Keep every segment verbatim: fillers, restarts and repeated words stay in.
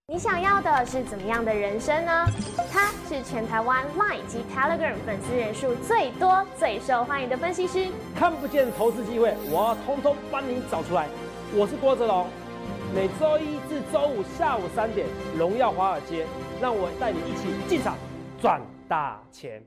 你想要的是怎么样的人生呢？他是全台湾 Line 及 Telegram 粉丝人数最多、最受欢迎的分析师。 看不见投资机会，我要通通帮你找出来。我是郭哲龙，每周一至周五下午三点，荣耀华尔街，让我带你一起进场赚大钱。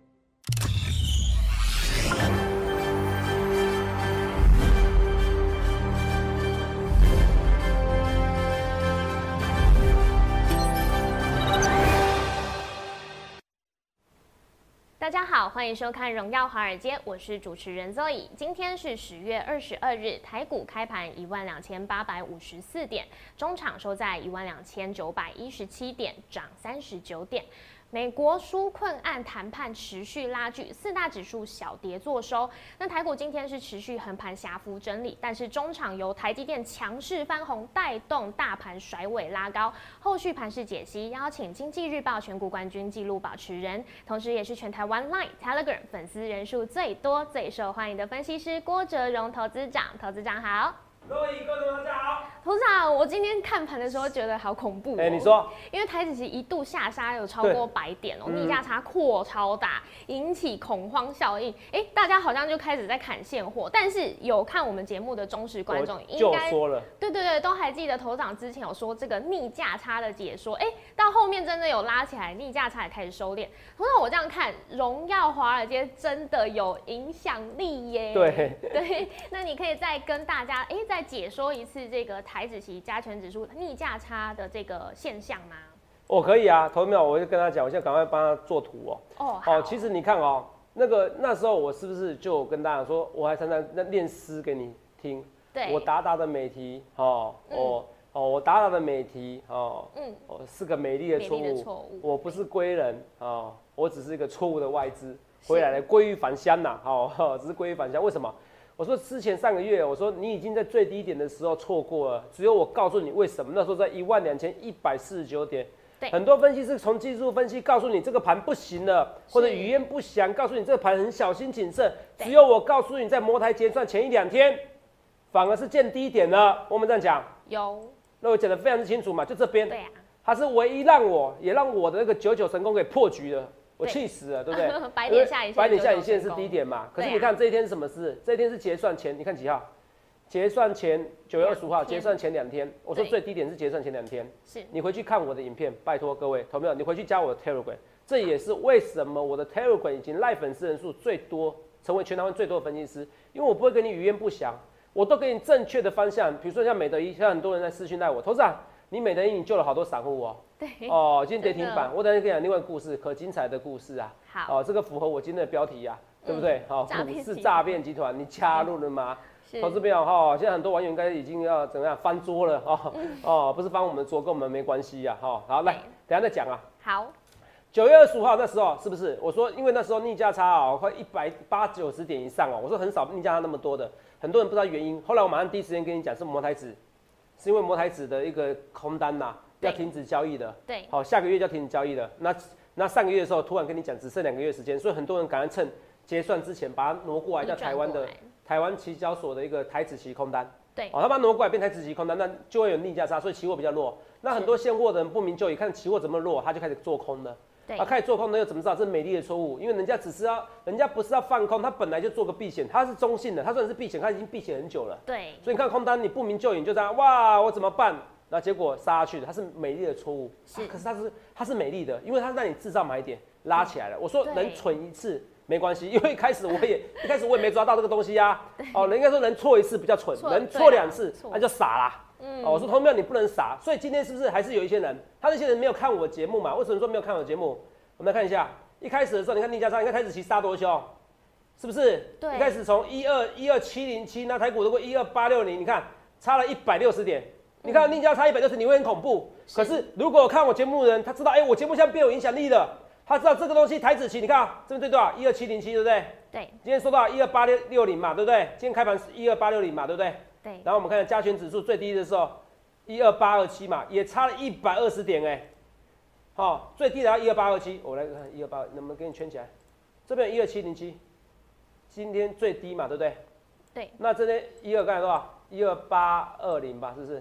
大家好，欢迎收看《荣耀华尔街》，我是主持人 Zoe。今天是十月二十二日，台股开盘一万两千八百五十四点，中场收在一万两千九百一十七点，涨三十九点。美国纾困案谈判持续拉锯，四大指数小跌作收。那台股今天是持续横盘狭幅整理，但是中场由台积电强势翻红，带动大盘甩尾拉高。后续盘势解析，邀请经济日报选股冠军纪录保持人，同时也是全台湾 Line、Telegram 粉丝人数最多、最受欢迎的分析师郭哲荣投资长。投资长好。 各位观众大家好， 投资长，我今天看盘的时候觉得好恐怖、哦。 哎、欸，你说， 因为台指期一度下杀有超过百点哦，逆价差扩超大，引起恐慌效应。哎、欸，大家好像就开始在砍现货，但是有看我们节目的忠实观众应该说了， 对对对，都还记得头长之前有说这个逆价差的解说。哎、欸，到后面真的有拉起来，逆价差也开始收敛。头长，我这样看，荣耀华尔街真的有影响力耶。 对对，那你可以再跟大家哎、欸、再解说一次这个台指期加权指数逆价差的这个现象吗？ 我、哦、可以啊，投票我就跟他讲，我现在赶快帮他做图哦。 哦， 哦，其实你看哦，那个那时候我是不是就跟大家说，我还常常那念诗给你听？ 对， 我达达的美题，哦，嗯、哦哦，我达达的美题，哦，嗯，哦是个美丽的错误，我不是归人，哦，我只是一个错误的外资，回来了归于返乡呐，哦，只是归于返乡，为什么？我说之前上个月，我说你已经在最低点的时候错过了，只有我告诉你为什么。那时候在一万两千一百四十九点，很多分析师从技术分析告诉你这个盘不行了，或者语言不详，告诉你这个盘很小心谨慎。只有我告诉你，在摩台结算前一两天，反而是见低点了。我们这样讲， 有， 那我讲得非常之清楚嘛，就这边， 对啊， 它是唯一让我也让我的那个九九神功给破局了。我气死了，对不对？ 百点下影线， 百点下影线是低点嘛？可是你看这一天是什么事？这一天是结算前，你看几号？结算前九月二十五号，结算前两天。我说最低点是结算前两天。是。你回去看我的影片，拜托各位，投票，你回去加我的 Telegram。这也是为什么我的 Telegram 已经 Live 粉丝人数最多，成为全台湾最多的分析师，因为我不会跟你语言不详，我都给你正确的方向。比如说像美德一，像很多人在私讯赖我，投资长，你美德一你救了好多散户哦。 对哦，今天跌停板，我等一下跟你讲另外一个故事，可精彩的故事啊！ 好， 哦，这个符合我今天的标题啊，嗯、对不对？好、哦，股市诈骗集团，你加入了吗？投资朋友哈，现在很多网友应该已经要怎么样翻桌了哦、嗯、哦，不是翻我们的桌，跟我们没关系呀、啊！哈、哦，好，来，等一下再讲啊。 好， 九月二十五号那时候是不是？我说因为那时候逆价差啊、哦，快一百八九十点以上哦，我说很少逆价差那么多的，很多人不知道原因。后来我马上第一时间跟你讲是摩台指，是因为摩台指的一个空单呐、啊。要停止交易的， 对， 好，下个月就要停止交易的。那那上个月的时候，突然跟你讲只剩两个月时间，所以很多人赶快趁结算之前把它挪过来，叫台湾的台湾期交所的一个台指期空单， 对， 好，他把它挪过来变台指期空单，那就会有逆价差，所以期货比较弱。那很多现货的人不明就里，看期货怎么弱，他就开始做空了。他、啊、开始做空呢，又怎么知道这是美丽的错误？因为人家只是要，人家不是要放空，他本来就做个避险，他是中性的，他虽然是避险，他已经避险很久了。 对， 所以你看空单，你不明就里，你就这样，哇，我怎么办？那结果杀下去的，它是美丽的错误，是、啊，可是它是它是美丽的，因为它让你制造买点拉起来了。我说能蠢一次没关系，因为一开始我也一开始我也没抓到这个东西呀、啊。哦，人家说人错一次比较蠢，人错两次那就傻啦。嗯，哦，我说同学你不能傻，所以今天是不是还是有一些人，他那些人没有看我节目嘛？为什么说没有看我节目？我们来看一下，一开始的时候，你看逆价差，你看台指期杀多凶，是不是？对，一开始从一二一二七零七，那台股如果一二八六零，你看差了一百六十点。你看逆价差一百六十，你会很恐怖。可是如果有看我节目的人，他知道，哎、欸，我节目现在变有影响力了。他知道这个东西台指期，你看啊，这边对多少？一二七零七，对不对？对。今天收到一二八六六零嘛，对不对？今天开盘是一二八六零嘛，对不对？对。然后我们看加权指数最低的时候一二八二七嘛，也差了一百二十点哎、欸。好、哦，最低的要一二八二七，我来看一二八，能不能给你圈起来？这边一二七零七，今天最低嘛，对不对？对。那这边一二刚才多少？一二八二零吧，是不是？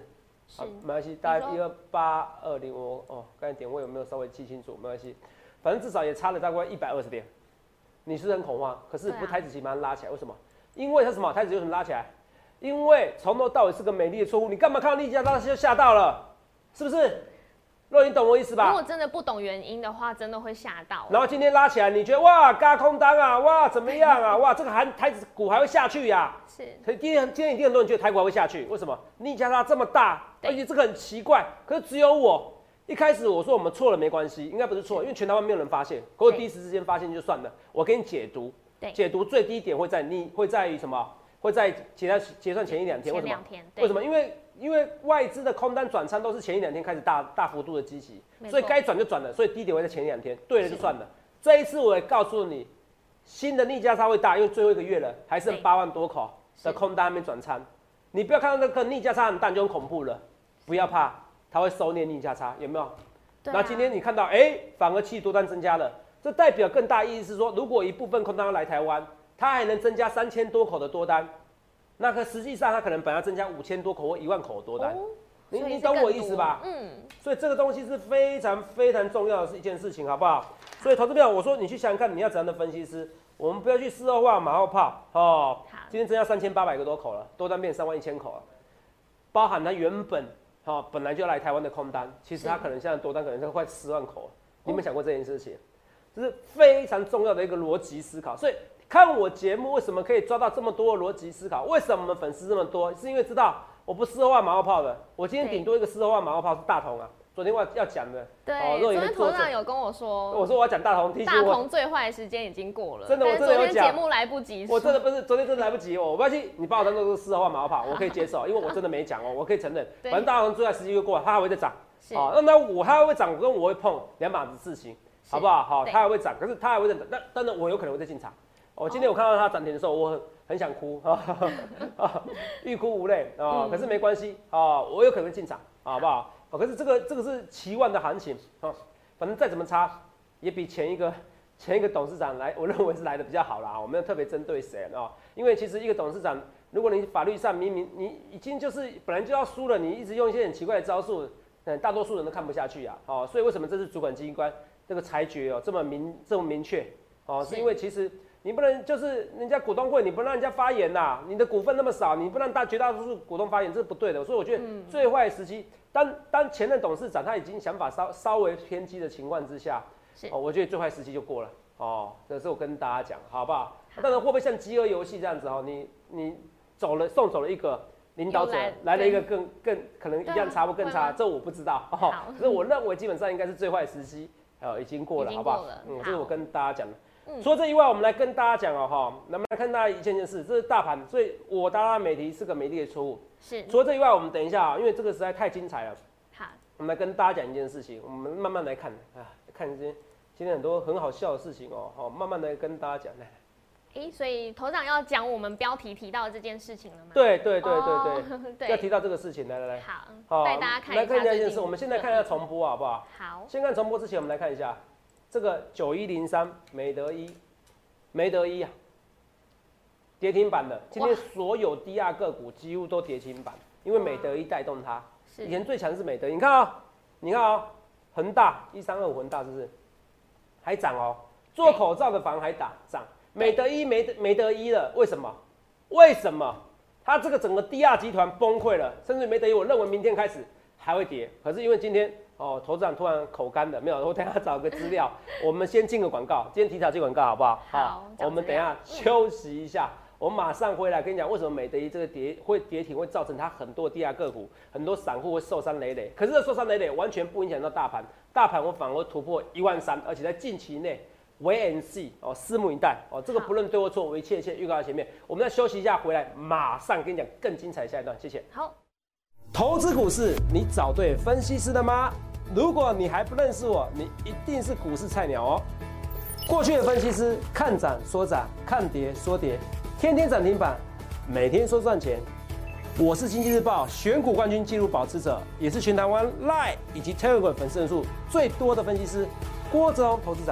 好，没关系，大概一二八二零，我哦，刚才点位有没有稍微记清楚？没关系，反正至少也差了大概一百二十点。你是不是很恐慌？可是不台指期马上拉起来，为什么？因为它什么？台指为什么拉起来？因为从头到尾是个美丽的错误，你干嘛看到逆价差就吓到了？是不是？若你懂我意思吧？ 如果真的不懂原因的话，真的会吓到。 然后今天拉起来，你觉得哇，嘎空单啊，哇怎么样啊？哇，这个韩台指股还会下去呀、啊？ 是。 所以今天今天一定很多人觉得台股还会下去，为什么？逆价差这么大，而且这个很奇怪。可是只有我一开始我说我们错了没关系，应该不是错，因为全台湾没有人发现，可我第一时之间发现就算了。我给你解读，解读最低点会在逆会在于什么？会在结算结算前一两天，为什么？为什么？因为因为外资的空单转仓都是前一两天开始大大幅度的积极，所以该转就转了，所以低点会在前一两天，对了就算了。这一次我也告诉你，新的逆价差会大，因为最后一个月了，还剩八万多口的空单还没转仓。你不要看到那个逆价差很大就很恐怖了，不要怕，它会收敛逆价差，有没有？然后今天你看到，哎、欸，反而期多单增加了，这代表更大意义是说，如果一部分空单要来台湾，它还能增加三千多口的多单。那个实际上，它可能本来增加五千多口或一万口多单，哦、你你懂我意思吧？嗯，所以这个东西是非常非常重要的一件事情，好不好？所以投资朋友，我说你去想想看，你要怎样的分析师？我们不要去事后化、马后炮哦。今天增加三千八百个多口了，多单变三万一千口了，包含它原本哦本来就来台湾的空单，其实它可能现在多单可能就快十万口了。你有没有想过这件事情？这是非常重要的一个逻辑思考，所以。看我节目为什么可以抓到这么多的逻辑思考？为什么我们粉丝这么多？是因为知道我不事后化马后炮的。我今天顶多一个事后化马后炮是大同啊，昨天我要讲的。 对，哦、昨天头长有跟我说， 我说我要讲大同，提醒我。 大同最坏的时间已经过了。 真的，我真的有讲。 昨天节目来不及。 我真的不是昨天真的来不及哦，我不要去，你把我当做是事后化马后炮，我可以接受，因为我真的没讲哦，我可以承认。反正大同最坏时机就过了，它还会再涨。好、哦，那我它还会涨，跟我会碰两码子事情，好不好？好，它还会涨，可是它还会再涨，那当然我有可能会再进场。我今天我看到它涨停的时候，我很很想哭啊，欲哭无泪啊。可是没关系啊，我有可能进场，好不好？可是这个这个是期望的行情啊，反正再怎么差，也比前一个前一个董事长来，我认为是来的比较好啦。我没有特别针对谁啊，因为其实一个董事长，如果你法律上明明你已经就是本来就要输了，你一直用一些很奇怪的招数，嗯，大多数人都看不下去啊。哦，所以为什么这次主管机关这个裁决哦这么明这么明确？哦，是因为其实。你不能就是人家股东会，你不让人家发言呐、啊，你的股份那么少，你不让大绝大多数股东发言，这是不对的。所以我觉得最坏的时机，当当前任董事长他已经想法稍稍微偏激的情况之下，哦，我觉得最坏时机就过了。哦，这是我跟大家讲，好不好？当然会不会像饥饿游戏这样子哦？你你走了送走了一个领导者，来, 来了一个更更可能一样差或更差，这我不知道。哦，可是我认为基本上应该是最坏的时机，呃，已经过了，好不好？嗯，这是我跟大家讲的。除了这以外，我们来跟大家讲哦，哈，我们来看大家一件件事，这是大盘，所以我达拉美提是个美丽的错误。是。除了这以外，我们等一下啊，因为这个实在太精彩了。好。我们来跟大家讲一件事情，我们慢慢来看啊，看今天今天很多很好笑的事情哦，好，慢慢的跟大家讲。来。 哎，所以头长要讲我们标题提到的这件事情了吗？ 对对对对对，对要提到这个事情，来来来。 好。好，带大家看一下。 来看一下一件事，我们现在看一下重播好不好？ 好。 先看重播之前，我们来看一下。这个九一零三美德一，美德一啊，跌停板的。今天所有低价个股几乎都跌停板，因为美德一带动它。以前最强是美德一，你看啊、喔，你看啊、喔，恒大一三二五恒大是不是还涨哦、喔？做口罩的反而还打涨，美德一没没得一了，为什么？为什么？它这个整个低价集团崩溃了，甚至没得一，我认为明天开始还会跌，可是因为今天。哦，投资长突然口干的，没有，我等一下找个资料。我们先进个广告，今天提早进广告好不好？ 好， 我们等一下休息一下，嗯、我马上回来跟你讲为什么美德一这个跌会跌停，会造成它很多低价个股，很多散户会受伤累累。可是这受伤累累完全不影响到大盘，大盘我反而突破一万三，而且在近期内 wait and see 哦，拭目以待哦。这个不论对或错，我一切一切预告在前面。我们再休息一下，回来马上跟你讲更精彩的下一段，谢谢。 好， 投资股市，你找对分析师了吗？如果你还不认识我，你一定是股市菜鸟哦。过去的分析师看涨说涨，看跌说跌，天天涨停板，每天说赚钱。我是经济日报选股冠军纪录保持者，也是全台湾 Line 以及 Telegram 粉丝人数最多的分析师郭哲荣投资长。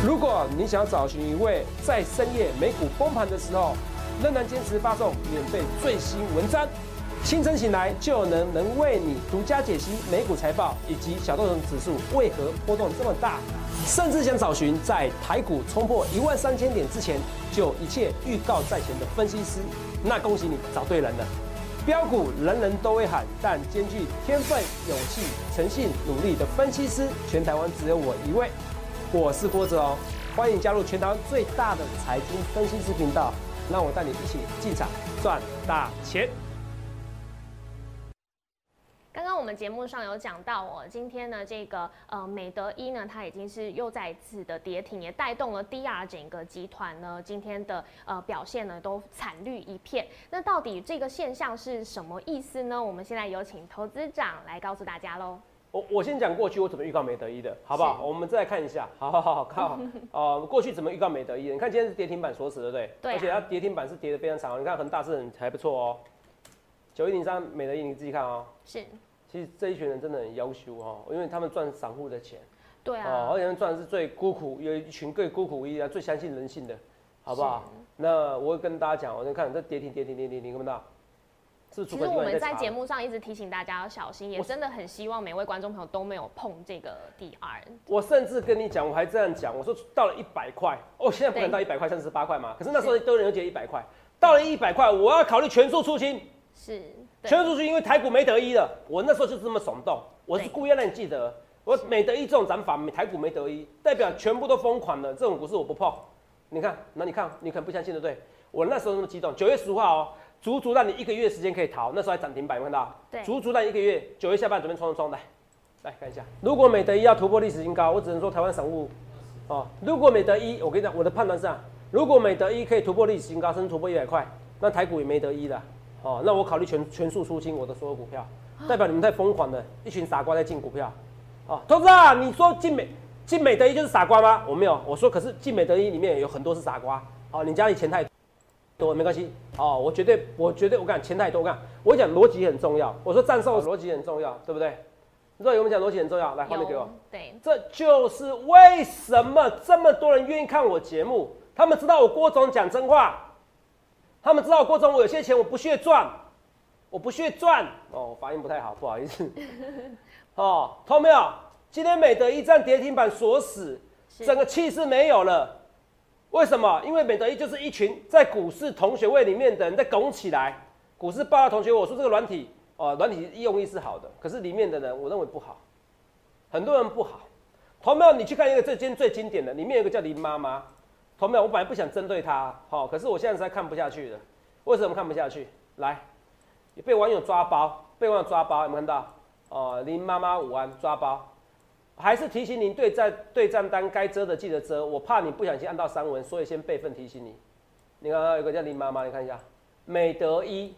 如果你想找寻一位在深夜美股崩盘的时候，仍然坚持发送免费最新文章，清晨醒来就能能为你独家解析美股财报以及小道琼指数为何波动这么大，甚至想找寻在台股冲破一万三千点之前就一切预告在前的分析师，那恭喜你找对人了。标股人人都会喊，但兼具天分、勇气、诚信、努力的分析师，全台湾只有我一位。我是郭哲哦，欢迎加入全台湾最大的财经分析师频道，让我带你一起进场赚大钱。 刚刚我们节目上有讲到哦，今天呢这个呃美德一呢，它已经是又再一次的跌停，也带动了 D R 整个集团呢今天的呃表现呢都惨绿一片。那到底这个现象是什么意思呢？我们现在有请投资长来告诉大家喽。 我我先讲过去我怎么预告美德一的，好不好？我们再来看一下，好好好好看好，呃，过去怎么预告美德一的？你看今天是跌停板锁死，对不对？对、啊。而且它跌停板是跌得非常长，你看恒大是很还不错哦。九一零三美德一，你自己看哦。是。其实这一群人真的很优秀哦，因为他们赚散户的钱。对啊。哦，而且他们赚的是最孤苦，有一群最孤苦一啊，最相信人性的，好不好？那我会跟大家讲，我先看这跌停跌停跌停，你看不到？是其实我们在节目上一直提醒大家要小心，也真的很希望每位观众朋友都没有碰这个 D R。我甚至跟你讲，我还这样讲，我说到了一百块，哦，现在不可能到一百块，三十八块嘛。可是那时候都有人解一百块，到了一百块，我要考虑全数出清。是。全数出清，因为台股没得一了。我那时候就是这么耸动，我是故意要让你记得，我美得一这种涨法，台股没得一，代表全部都疯狂了。这种股市我不碰。你看，那你看，你可能不相信对不对？我那时候那么激动，九月十五号哦。足足让你一个月时间可以逃，那时候还涨停板，有看到？对，足足让你一个月，九月下半准备冲冲冲，来，来看一下。如果美德一要突破历史新高，我只能说台湾散户，哦，如果美德一，我跟你讲，我的判断是啊，如果美德一可以突破历史新高，甚至突破一百块，那台股也没得一的，哦，那我考虑全全数出清我的所有股票，代表你们太疯狂了，一群傻瓜在进股票，哦，投资啊，你说进美进美德一就是傻瓜吗？我没有，我说可是进美德一里面有很多是傻瓜，哦，你家里钱太多没关系哦，我绝对，我绝对，我讲钱太多，我讲，我讲逻辑很重要。我说战胜逻辑很重要，对不对？你知道有没有讲逻辑很重要？来，画面给我。对，这就是为什么这么多人愿意看我节目。他们知道我郭总讲真话，他们知道我郭总我有些钱我不屑赚，我不屑赚。哦，我发音不太好，不好意思。哦，看到没有？今天美德一站跌停板锁死，整个气势没有了。为什么？因为美德一就是一群在股市同学会里面的人在拱起来。股市爆料同学会，我说这个软体哦，软体用意是好的，可是里面的人我认为不好，很多人不好。同没有？你去看一个这间最经典的，里面有一个叫林妈妈。同没有？我本来不想针对她，好、哦，可是我现在实在看不下去了。为什么看不下去？来，被网友抓包，被网友抓包，有没有看到？哦，林妈妈午安，抓包。还是提醒您对战对账单该遮的记得遮，我怕你不小心按到删文，所以先备份提醒你。你看有个叫林妈妈，你看一下，美德一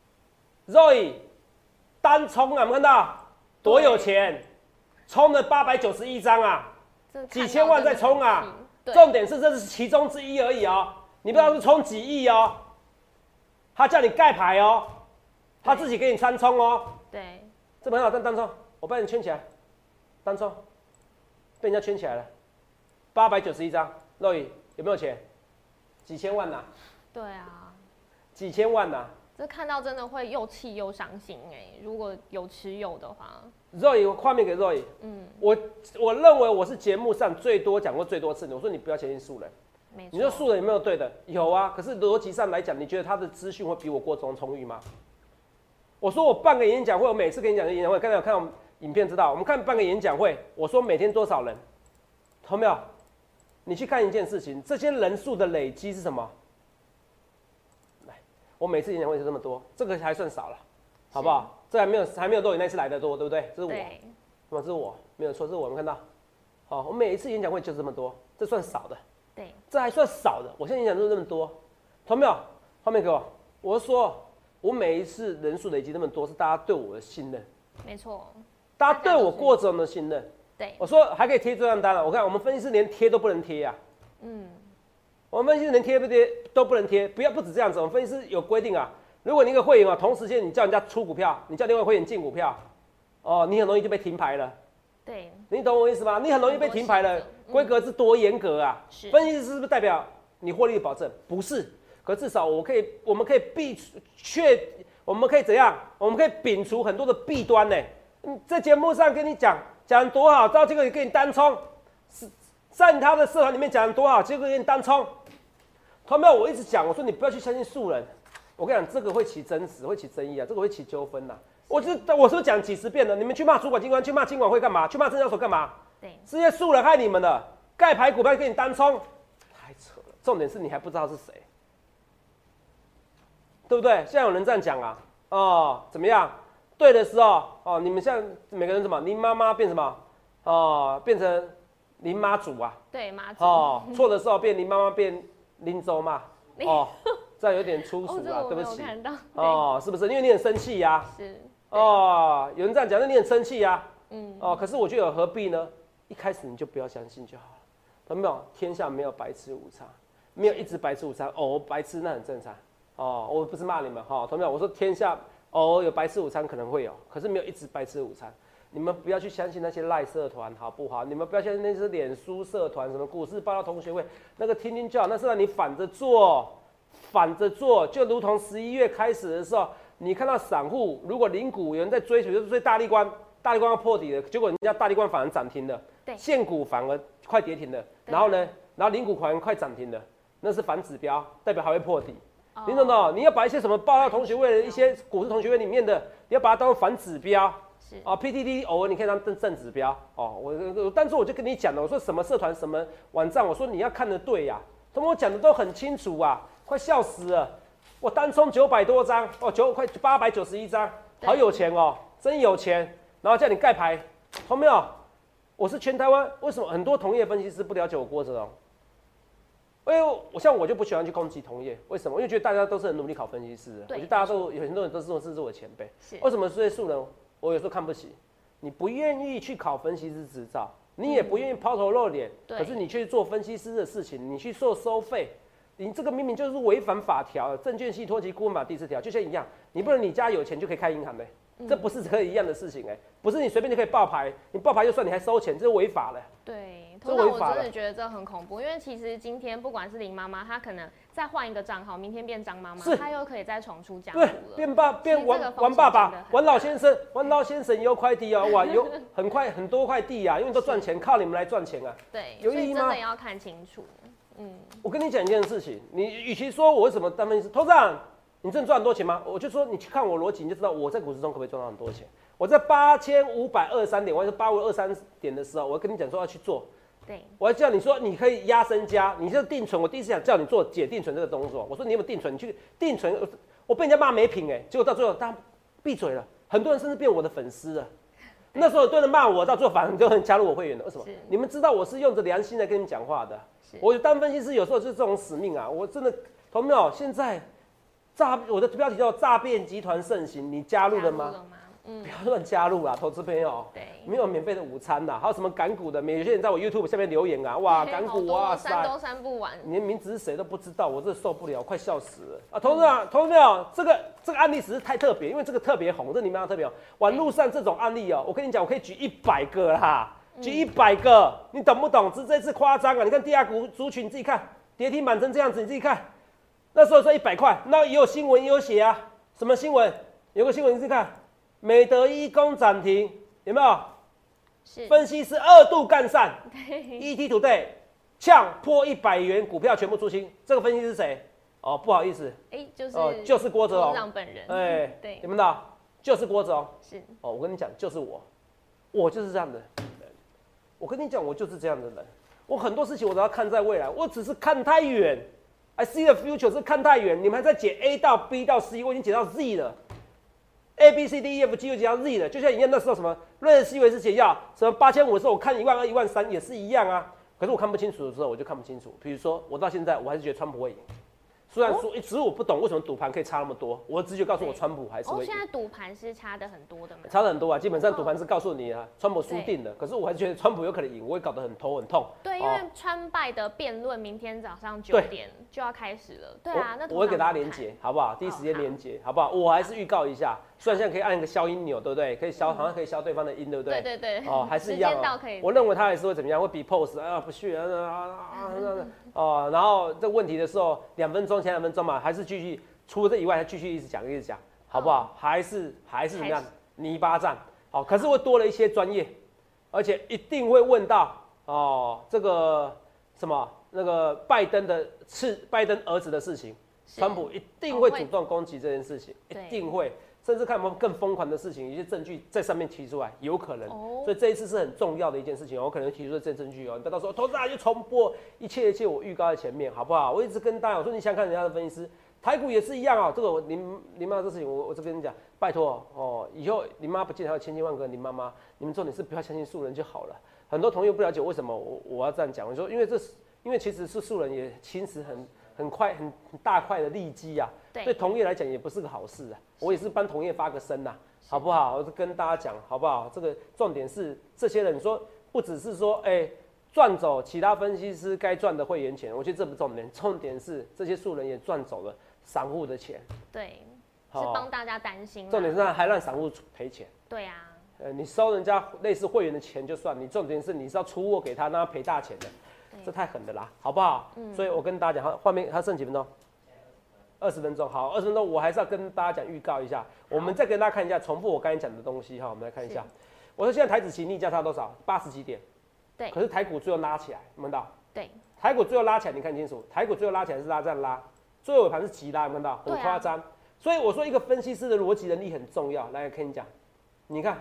，Zoe 单冲啊，有没有看到？多有钱，冲了八百九十一张啊，几千万在冲啊。重点是这是其中之一而已哦，你不知道是冲几亿哦。他叫你盖牌哦，他自己给你单冲哦。对，这很好，单单冲，我帮你圈起来。单冲被人家圈起来了，八百九十一张，肉宇有没有钱？几千万呐、啊？对啊，几千万呐、啊？ 这看到真的会又气又伤心哎！如果有持有的话， 肉宇，画面给肉宇。嗯，我我认为我是节目上最多讲过最多次的。我说你不要相信素人，没错。你说素人有没有对的？有啊，可是逻辑上来讲，你觉得他的资讯会比我郭总充裕吗？我说我办个演讲会，我每次跟你讲的演讲会，刚才有看到影片知道，我们看办个演讲会，我说每天多少人，懂没有？你去看一件事情，这些人数的累积是什么？来，我每次演讲会是这么多，这个还算少了，好不好？这还没有还没有豆影那次来的多，对不对？这是我，什么？这是我，没有错，这是我们看到。好，我每一次演讲会就这么多，这算少的。对，这还算少的。我现在演讲都这么多，懂没有？画面给我，我是说，我每一次人数累积那么多，是大家对我的信任。没错。大家对我郭总的信任，对我说还可以贴对账单了。我看我们分析师连贴都不能贴啊，嗯，我们分析师连贴不贴都不能贴，不要不止这样子，我们分析师有规定啊。如果你一个会员啊，同时间你叫人家出股票，你叫另外会员进股票，哦，你很容易就被停牌了。对，你懂我意思吗？你很容易被停牌了。 规格是多严格啊？ 是分析师是不是代表你获利保证？不是，可至少我可以，我们可以避确，我们可以怎样？我们可以摒除很多的弊端呢。嗯，在节目上跟你讲讲多好，到结果给你单冲，在他的社团里面讲多好，结果给你单冲。同没有？我一直讲，我说你不要去相信素人。我跟你讲，这个会起争执，会起争议啊，这个会起纠纷呐。我是我是不是讲几十遍了？你们去骂主管机关，去骂金管会干嘛？去骂证交所干嘛？ 对， 这些素人害你们的，盖牌股票给你单冲，太扯了。重点是你还不知道是谁，对不对？现在有人这样讲啊，哦，怎么样？对的时候，哦，你们现在每个人什么？林妈妈变什么？哦，变成林妈祖啊？ 对，妈祖。 哦，错的时候变林妈妈变林州嘛？哦，这样有点粗俗啊， 哦、 对不起。 看到哦，是不是？因为你很生气呀、啊。 是。 哦，有人这样讲，那你很生气呀、啊。 嗯。 哦，可是我觉得何必呢？一开始你就不要相信就好了。有没有？天下没有白吃午餐，没有一直白吃午餐，偶尔白吃那很正常。哦，我不是骂你们哈，同没有？我说天下偶尔有白吃午餐可能会有，可是没有一直白吃午餐。你们不要去相信那些赖社团，好不好？你们不要相信那些脸书社团，什么股市报道同学会，那个听听就好，那是让你反着做，反着做，就如同十一月开始的时候，你看到散户如果零股有人在追求，就是追大立光，大立光要破底了，结果人家大立光反而涨停了， 对， 现股反而快跌停了，然后呢，然后零股反而快涨停了，那是反指标，代表还会破底。哦、你懂不懂？你要把一些什么报道同学会的一些股市同学会里面的，你要把它当反指标。哦 ，P T T 偶尔你可以当正正指标哦。我但是我就跟你讲了，我说什么社团什么网站，我说你要看得对呀、啊。他们我讲的都很清楚啊，快笑死了。我单冲九百多张哦，九快八百九十一张，好有钱哦，真有钱。然后叫你盖牌，懂没有？我是全台湾，为什么很多同业分析师不了解我郭哲荣？因为我像我就不喜欢去攻击同业，为什么？因为觉得大家都是很努力考分析师的，我觉得大家都有很多人都是是我的前辈。为什么这些素人？我有时候看不起，你不愿意去考分析师执照，你也不愿意抛头露脸，嗯、可是你去做分析师的事情，你去做收费，你这个明明就是违反法条，证券信托及顾问法第四条，就像一样，你不能你家有钱就可以开银行的、欸，嗯、这不是可以一样的事情哎、欸，不是你随便就可以爆牌，你爆牌就算，你还收钱，这是违法的、欸。 对，通常我真的觉得这很恐怖，因为其实今天不管是林妈妈，她可能再换一个账号，明天变张妈妈，她又可以再重出江湖了。对， 变爸变王王爸爸，王老先生，王老先生有快递啊，哇，有很快很多块地啊，因为都赚钱，靠你们来赚钱啊。 对，有意义吗？真的要看清楚。嗯， 我跟你讲一件事情，你与其说我为什么当分析师，头长，你真的赚很多钱吗？我就说你去看我逻辑，你就知道我在股市中可不可以赚到很多钱。我在八千五百二十三点，或者八五二三点的时候，我跟你讲说要去做。 对， 我还叫你说你可以压身家，你就定存。我第一次想叫你做解定存这个动作，我说你有没有定存？你去定存，我被人家骂没品哎、欸，结果到最后大家闭嘴了，很多人甚至变我的粉丝了。那时候很多人骂我，到最后反而很多人加入我会员了。为什么？你们知道我是用着良心来跟你们讲话的。我当分析师有时候就是这种使命啊，我真的，同没有？现在诈我的标题叫诈骗集团盛行，你加入了吗？ 了吗嗯、 不要乱加入啦，投资朋友。对，没有免费的午餐啦，还有什么港股的？有些人在我 YouTube 下面留言啊，哇，港股哇塞， 删都删不完， 你的名字是谁都不知道，我真的受不了，快笑死了啊！投资啊，投资朋友，这个这个案例只是太特别，因为这个特别红，这你们要特别红。网络上这种案例哦、喔，我跟你讲，我可以举一百个啦，举一百个，你懂不懂？只是这次夸张啊！你看第二股族群，你自己看，跌停板成这样子，你自己看。那时候说一百块，那也有新闻也有写啊，什么新闻？有个新闻你自己看。美德一公涨停，有没有？是分析师二度干散 ，E T Today 呛破一百元股票全部出清。这个分析师是谁？哦，不好意思， 哎、欸，就是哦，就是郭哲荣本人。 哎、欸，对，你们知道，就是郭哲荣。是哦，我跟你讲，就是我，我就是这样的人。我跟你讲，我就是这样的人。我很多事情我都要看在未来，我只是看太远。I see the future 是看太远，你们还在解 A 到 B 到 C， 我已经解到 Z 了。A B C D E F G 就解到 Z 了，就像一样那时候什么瑞士西韦斯解药什么八千五的时候，我看一万二、一万三也是一样啊。可是我看不清楚的时候，我就看不清楚。比如说我到现在我还是觉得川普会赢， 虽然说，只是我不懂为什么赌盘可以差那么多，我的直觉告诉我川普还是会赢。 哦，现在赌盘是差的很多的嘛？ 差的很多啊，基本上赌盘是告诉你啊，川普输定了。可是我还是觉得川普有可能赢，我会搞得很头很痛。 对，因为川拜的辩论明天早上九点就要开始了。对啊，那我会给大家连结，好不好？第一时间连结，好不好？我还是预告一下，虽然现在可以按一个消音钮，对不对？可以消，好像可以消对方的音，对不对？ 对对对。 哦，还是一样哦。我认为他还是会怎么样？会比 pose 啊不去啊啊啊哦，然后这问题的时候，两分钟前两分钟嘛，还是继续。除了这以外，他继续一直讲，一直讲，好不好？还是还是怎么样？泥巴战，好，可是会多了一些专业，而且一定会问到哦，这个什么那个拜登的次拜登儿子的事情，川普一定会主动攻击这件事情，一定会，甚至看有没有更疯狂的事情，一些证据在上面提出来，有可能。所以这一次是很重要的一件事情，我可能提出这些证据哦，你不要到时候投资啊就重播，一切一切我预告在前面，好不好？我一直跟大家我说，你想看人家的分析师。台股也是一样啊、喔，这个我林林妈这事情我，我我就跟你讲，拜托哦，以后林妈不见还有千千万个林妈妈，你们重点是不要相信素人就好了。很多同学不了解为什么我我要这样讲，我说因为这是因为其实是素人也侵蚀很很快很很大块的利基啊，对同业来讲也不是个好事啊。我也是帮同业发个声呐、啊，好不好？我就跟大家讲好不好？这个重点是这些人说不只是说哎。欸赚走其他分析师该赚的会员钱，我觉得这不重点，重点是这些素人也赚走了散户的钱。 对，是帮大家担心。 重点是还让散户赔钱。 对啊。 呃，你收人家类似会员的钱就算，你重点是你是要出货给他，让他赔大钱的，这太狠的啦，好不好？嗯。所以我跟大家讲，画面还剩几分钟？二十分钟，好，二十分钟，我还是要跟大家讲预告一下，我们再跟大家看一下，重复我刚才讲的东西哈，我们来看一下。我说现在台指期逆价差多少？八十几点。 对， 可是台股最后拉起来，有没有看到？ 对， 台股最后拉起来，你看清楚，台股最后拉起来是拉这样拉，最后尾盘是急拉，有没有看到？很夸张。啊、所以我说一个分析师的逻辑能力很重要。来，跟你讲，你看，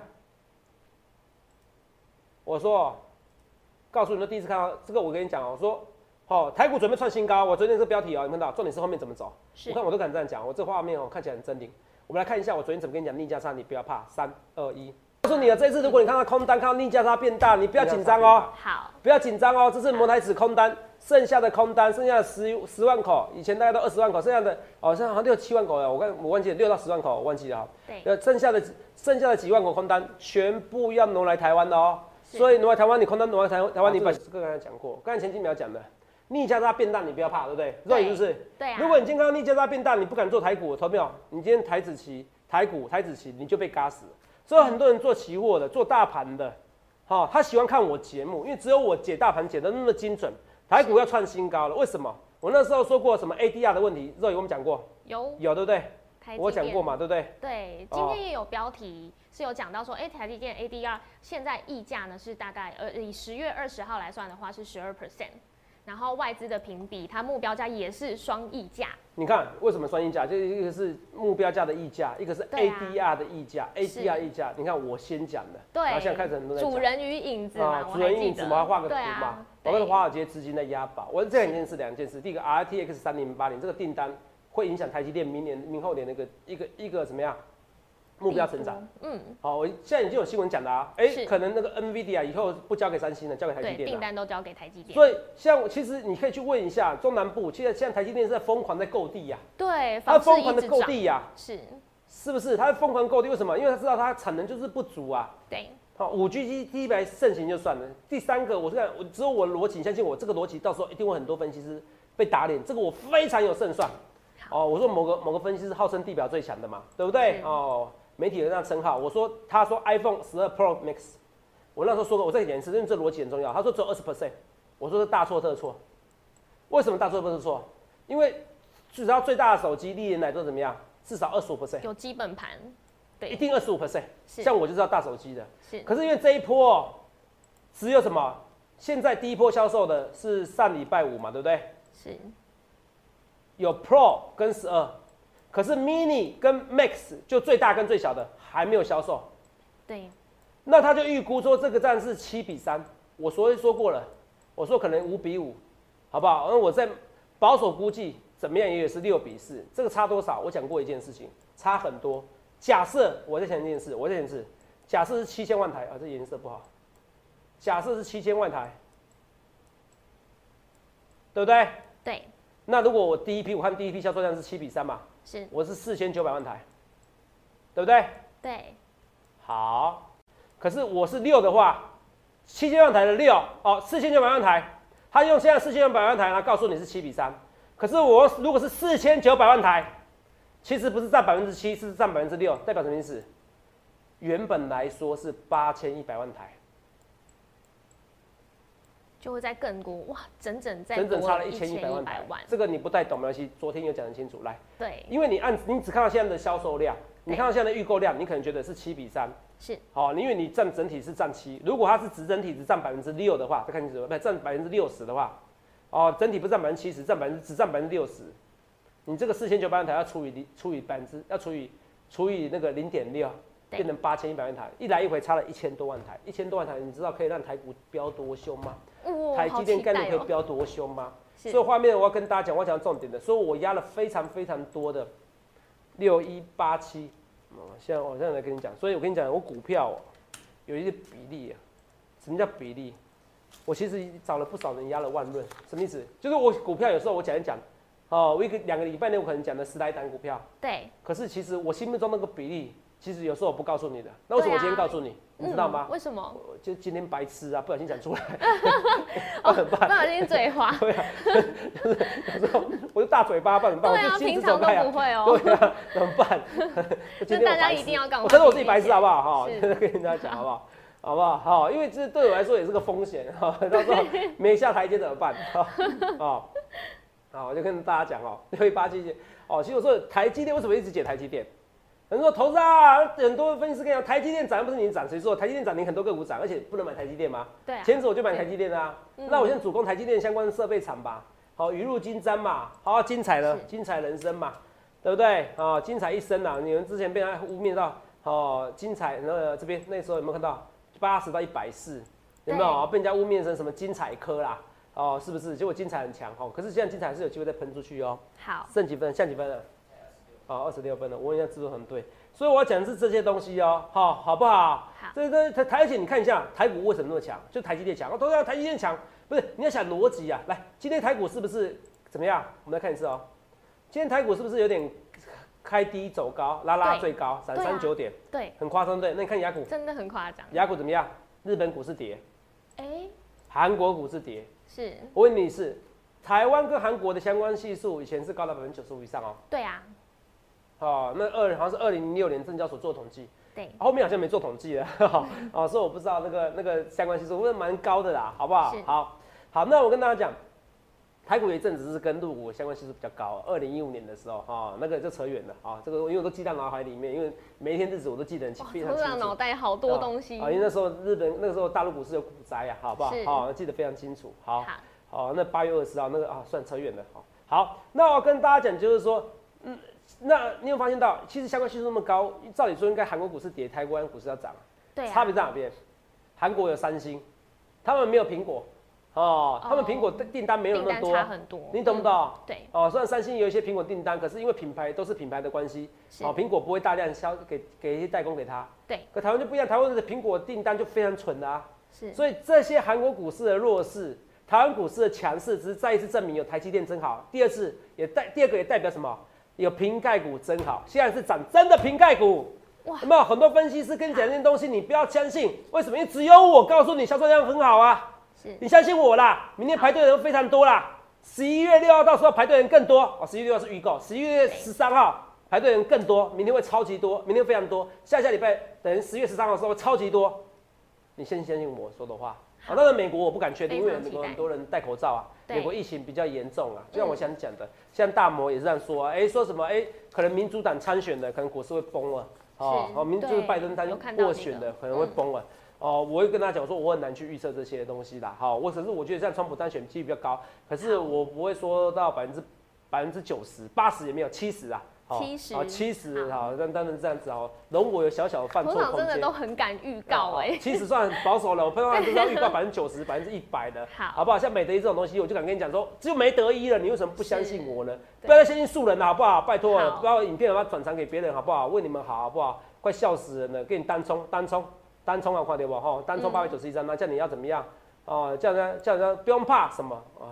我说，告诉你们第一次看到这个，我跟你讲哦，我说，哦，台股准备创新高，我昨天这个标题哦，你看到，重点是后面怎么走？我看我都敢这样讲，我这画面哦看起来很狰狞。我们来看一下，我昨天怎么跟你讲逆价差，你不要怕，三二一。告诉你啊，这次如果你看到空单，看到逆价差变大，你不要紧张哦。 好， 不要紧张哦。这是摩台指空单，剩下的空单，剩下的十十万口，以前大概都二十万口，剩下的哦，现在好像六七万口了，我刚我忘记了，六到十万口，我忘记了哈。对。剩下的剩下的几万口空单，全部要挪来台湾的哦。所以挪来台湾，你空单挪来台台湾，你把这个刚才讲过，刚才前几秒讲的，逆价差变大，你不要怕，对不对？对，是不是？ 对啊。 如果你今天看到逆价差变大，你不敢做台股，投票，你今天台指期、台股、台指期，你就被嘎死了。所以很多人做期货的、做大盘的，好、哦，他喜欢看我节目，因为只有我解大盘解得那么精准。台股要创新高了，为什么？我那时候说过什么 A D R 的问题，肉有我们讲过， 有有对不对？我讲过嘛，对不对？ 对，今天也有标题是有讲到说，哎、欸，台积电 A D R 现在溢价呢是大概呃以十月二十号来算的话是十二 percent。然后外资的评比，它目标价也是双溢价。你看为什么双溢价？就一个是目标价的溢价，一个是 A D R 的溢价、啊、，A D R 溢价。你看我先讲的， 对， 然后现在开始很多人主人与影子嘛，啊、 主人与影子，我还画个图嘛。 啊、 我跟华尔街资金在押宝，我这两件事两件事。第一个 R T X 三零八零这个订单会影响台积电明年、明后年的一个一个一个怎么样？目标成长，嗯，好，我现在已经有新闻讲了啊，哎、欸，可能那个 NVIDIA 以后不交给三星了，交给台积电了， 订单都交给台积电。 所以像其实你可以去问一下中南部，现在现在台积电是在疯狂在购地呀、啊， 对， 它疯狂的购地呀、啊， 是， 是不是？它在疯狂购地，为什么？因为它知道它产能就是不足啊。 对， 好，五 G 第一排盛行就算了，第三个我是看，我只有我的逻辑，相信我这个逻辑，到时候一定会很多分析师被打脸，这个我非常有胜算。哦，我说某个某个分析师号称地表最强的嘛，对不对？哦。媒体有那称号，我说他说 iPhone 十二 Pro Max， 我那时候说过，我再讲一次，因为这逻辑很重要。他说只有二十 percent， 我说是大错特错。为什么大错特错？因为只要最大的手机历年来都怎么样，至少二十五 percent， 有基本盘，对， 一定二十五 percent。像我就知道大手机的， 是。 可是因为这一波只有什么？现在第一波销售的是上礼拜五嘛，对不对？ 是。 有 Pro 跟十二。可是 mini 跟 max 就最大跟最小的还没有销售， 对， 那他就预估说这个战是七比三，我昨天说过了，我说可能五比五，好不好？那我在保守估计怎么样也是六比四，这个差多少？我讲过一件事情，差很多。假设我在讲一件事，我在讲一件事，假设是七千万台啊，这颜色不好，假设是七千万台，对不对？ 对。 那如果我第一批，我看第一批销售量是七比三嘛， 是， 我是四千九百万台，对不对？ 对。 好，可是我是六的话，七千万台的六哦，四千九百万台，他用现在四千九百万台，他告诉你是七比三。可是我如果是四千九百万台，其实不是占百分之七，是占百分之六，代表什么意思？原本来说是八千一百万台。 就会再更多哇，整整再整整差了一千一百万台， 万这个你不太懂没关系，昨天有讲得清楚。来， 对， 因为你按你只看到现在的销售量，你看到现在的预购量，你可能觉得是七比三， 是， 好、哦，因为你占整体是占七，如果它是只整体只占百分之六的话，再看清楚，不占百分之六十的话，哦，整体不占百分之七十，占百分之只占百分之六十，你这个四千九百万台要除以除以百分之要除以除以那个零点六，变成八千一百万台，一来一回差了一千多万台，一千多万台，你知道可以让台股飙多凶吗？ 哦、 台积电概念可以飙多凶吗？所以画面我要跟大家讲，我要讲重点的，所以我压了非常非常多的六一八七，现在我现在来跟你讲，所以我跟你讲，我股票、喔、有一些比例啊，什么叫比例？我其实找了不少人压了万润，什么意思？就是我股票有时候我讲一讲，哦，我一个两个礼拜内我可能讲的十来档股票， 对， 可是其实我心目中那个比例。其实有时候我不告诉你的，那为什么我今天告诉你？啊、你知道吗、 嗯？为什么？ 就今天白痴啊，不小心讲出来， 哦，不小心嘴滑。 对啊，就是有时候我就大嘴巴，不然怎么办？ 对啊， 我就平常都不会哦。 对啊，怎么办？ 那大家一定要告我承认我自己白痴好不好？哈，跟人家讲好不好？好不好？好，因为这对我来说也是个风险哈，到时候没下台阶怎么办？好，好，我就跟大家讲哦，六一八七哦，其实我说台积电为什么一直解台积电？很多投资啊，很多分析师跟你讲，台积电涨不是你涨，谁说台积电涨你很多个股涨，而且不能买台积电吗？ 对、啊， 前阵我就买台积电啊，嗯、那我先主攻台积电相关的设备厂吧，好，雨露均沾嘛，好精彩了，精彩人生嘛，对不对？啊，精彩一生啊！你们之前被他污蔑到，哦，精彩，那个这边那时候有没有看到八十到一百四，有没有？被人家污蔑成什么精彩科啦？哦，是不是？结果精彩很强哦，可是现在精彩是有机会再喷出去哦。 好， 剩几分？剩几分了？好，二十六分了。我问一下制作团队，所以我要讲的是这些东西哦，好，好不好？ 好。 这这台台姐，你看一下台股为什么那么强？就台积电强，我都要台积电强，不是？你要想逻辑啊。来，今天台股是不是怎么样？我们来看一次哦。今天台股是不是有点开低走高，拉拉最高，闪三九点？ 对， 很夸张，对。那你看雅股， 真的很夸张。 雅股怎么样？日本股市跌， 哎、欸， 韩国股市跌。 是。我问你是，台湾跟韩国的相关系数以前是高达百分之九十五以上哦。 对啊。 哦，那二好像是二零零六年证交所做统计， 对， 后面好像没做统计了，哦，所以我不知道那个那个相关系数，会蛮高的啦，好不好？好，好，那我跟大家讲，台股有一阵子是跟陆股相关系数比较高，二零一五年的时候，哦，那个就扯远了啊、哦，这个因为我都记在脑海里面，因为每一天日子我都记得很清，非常清楚。 脑袋好多东西啊、哦，因为那时候日本那个时候大陆股市有股灾啊，好不好？好、哦，记得非常清楚。好，好，好那八月二十号那个啊，算扯远了。好，好，那我跟大家讲就是说，嗯。那你有发现到，其实相关系数那么高，照理说应该韩国股市跌，台湾股市要涨。 对、啊。 差别在哪边？韩国有三星，他们没有苹果，哦，他们苹果订单没有那么多， 差很多。 你懂不懂？ 嗯、对。 哦，虽然三星有一些苹果订单，可是因为品牌都是品牌的关系，哦，苹果不会大量销给给一些代工给他。 对。 可台湾就不一样，台湾的苹果订单就非常蠢的啊。 是。 所以这些韩国股市的弱势，台湾股市的强势，只是再一次证明有台积电真好。第二次也代，第二个也代表什么？有瓶盖股真好，现在是涨真的瓶盖股，哇！有没有很多分析师跟你讲这些东西，你不要相信？为什么？因为只有我告诉你销售量很好啊，是你相信我啦。明天排队的人非常多啦，十一月六号到时候排队人更多哦。十一月六号是预购，十一月十三号排队人更多，明天会超级多，明天非常多，下下礼拜等十月十三号的时候会超级多。你先相信我说的话。好，当然美国我不敢确定，因为美国很多人戴口罩啊，美国疫情比较严重啊，就像我想讲的，像大摩也是这样说啊，哎、欸，说什么哎、欸，可能民主党参选的，可能股市会崩了，哦，哦，民主拜登他过选的，可能会崩了，嗯、哦，我会跟他讲说，我很难去预测这些东西啦，好，我只是我觉得像川普单选几率比较高，可是我不会说到百分之百分之九十、八十也没有，七十啊。 七十啊，七十好，但当然这样子哦，容我有小小的犯错空间。 真的都很敢预告哎、欸， 七十算保守了，我通常都要预告百分之九十、百分之一百的，好，好不好？像美德一这种东西，我就敢跟你讲说，只有梅德一了，你为什么不相信我呢？不要再相信素人了，好不好？拜托了，不要影片把它转传给别人，好不好？为你们好，好不好？快笑死人了，给你单冲，单冲，单冲啊，快点吧，哈，单冲八百九十一张，那叫你要怎么样？哦，叫人家叫人家不用怕什么啊？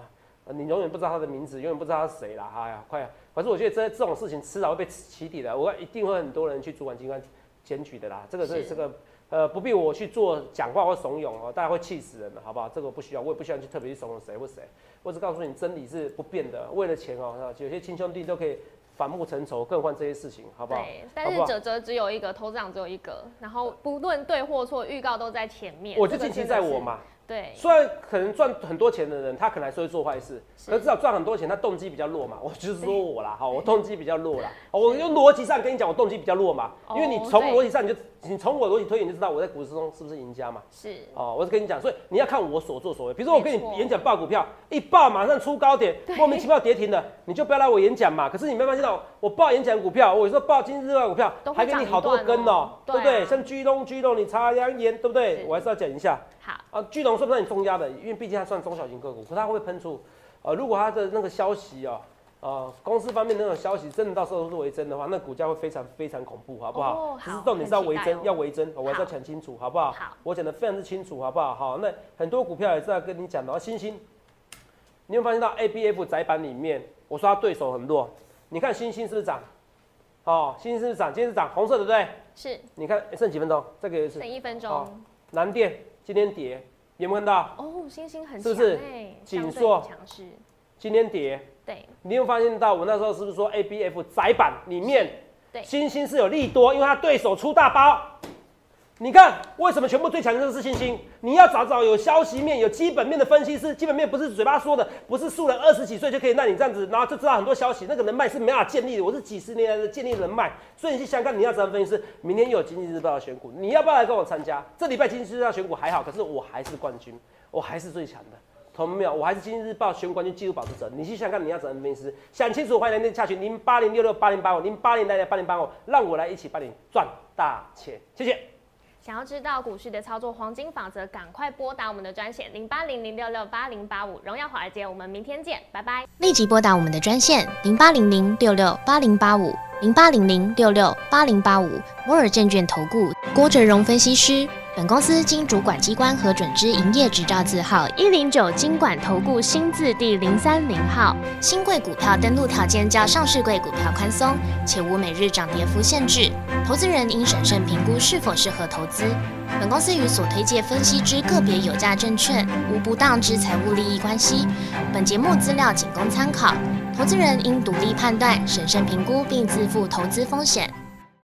你永远不知道他的名字，永远不知道他是谁啦。哎呀，快！反正我觉得这这种事情迟早会被起底的，我一定会很多人去主管机关检举的啦。这个这这个呃不必我去做讲话或怂恿哦，大家会气死人的，好不好？这个不需要，我也不需要去特别去怂恿谁或谁，我只告诉你真理是不变的。为了钱哦，有些亲兄弟都可以反目成仇，更换这些事情，好不好？ 对，但是哲哲只有一个，头长只有一个，然后不论对或错，预告都在前面。 我就近期在我嘛。 对， 虽然可能赚很多钱的人，他可能还是会做坏事，可是至少赚很多钱，他动机比较弱嘛。我就是说我啦，哈，我动机比较弱啦。我用逻辑上跟你讲，我动机比较弱嘛，因为你从逻辑上你就你从我逻辑推演就知道我在股市中是不是赢家嘛。 是哦，我是跟你讲，所以你要看我所作所为。比如说我跟你演讲报股票，一报马上出高点，莫名其妙跌停了，你就不要来我演讲嘛。可是你没发现到，我报演讲股票，我有时候报今日报股票，还给你好多根哦，对不对？像居东、居东，你查阳盐，对不对？我还是要讲一下。 好啊，巨龙算不算你重压的？因为毕竟它算中小型个股，可是它会不会喷出？呃，如果它的那个消息哦，呃，公司方面的那种消息真的到时候是为真的话，那股价会非常非常恐怖，好不好？ 哦、 只是重点是要为真， 哦、 要为真，我还是要讲清楚，好不好？ 好， 我讲的非常之清楚，好不好？好，那很多股票也是要跟你讲的。星星，你有发现到 A B F 窄板里面，我说它对手很弱，你看星星是不是涨？哦，星星是不是涨？今天是涨，红色对不对？ 是。 你看剩几分钟？这个也是。 剩一分钟。 哦、南电今天跌。有没有看到？ 哦，星星很强，是不是？锦硕强势， 今天跌。 对， 你有发现到我那时候是不是说 A B F 窄板里面， 对， 星星是有利多，因为它对手出大包。你看为什么全部最强的是星星？你要找找有消息面、有基本面的分析师，基本面不是嘴巴说的，不是素人二十几岁就可以让你这样子，然后就知道很多消息，那个人脉是没办法建立的。我是几十年来的建立人脉，所以你去香港你要找分析师，明天又有经济日报的选股，你要不要来跟我参加？这礼拜经济日报选股还好，可是我还是冠军，我还是最强的。同没有？我还是经济日报选冠军纪录保持者。你去想看，你要找分析师，想清楚，欢迎来电洽询零八零六六八零八五零八零来来八零八五，让我来一起帮你赚大钱。谢谢。 想要知道股市的操作黄金法则，赶快拨打我们的专线零八零零六六八零八五。荣耀华尔街，我们明天见，拜拜。 立即拨打我们的专线零八零零六六八零八五零八零零六六八零八五。摩尔证券投顾郭哲荣分析师。本公司经主管机关核准之营业执照字号一零九金管投顾新字第零三零号。新贵股票登录条件较上市贵股票宽松，且无每日涨跌幅限制。投资人应审慎评估是否适合投资。本公司与所推介分析之个别有价证券无不当之财务利益关系。本节目资料仅供参考，投资人应独立判断、审慎评估并自负投资风险。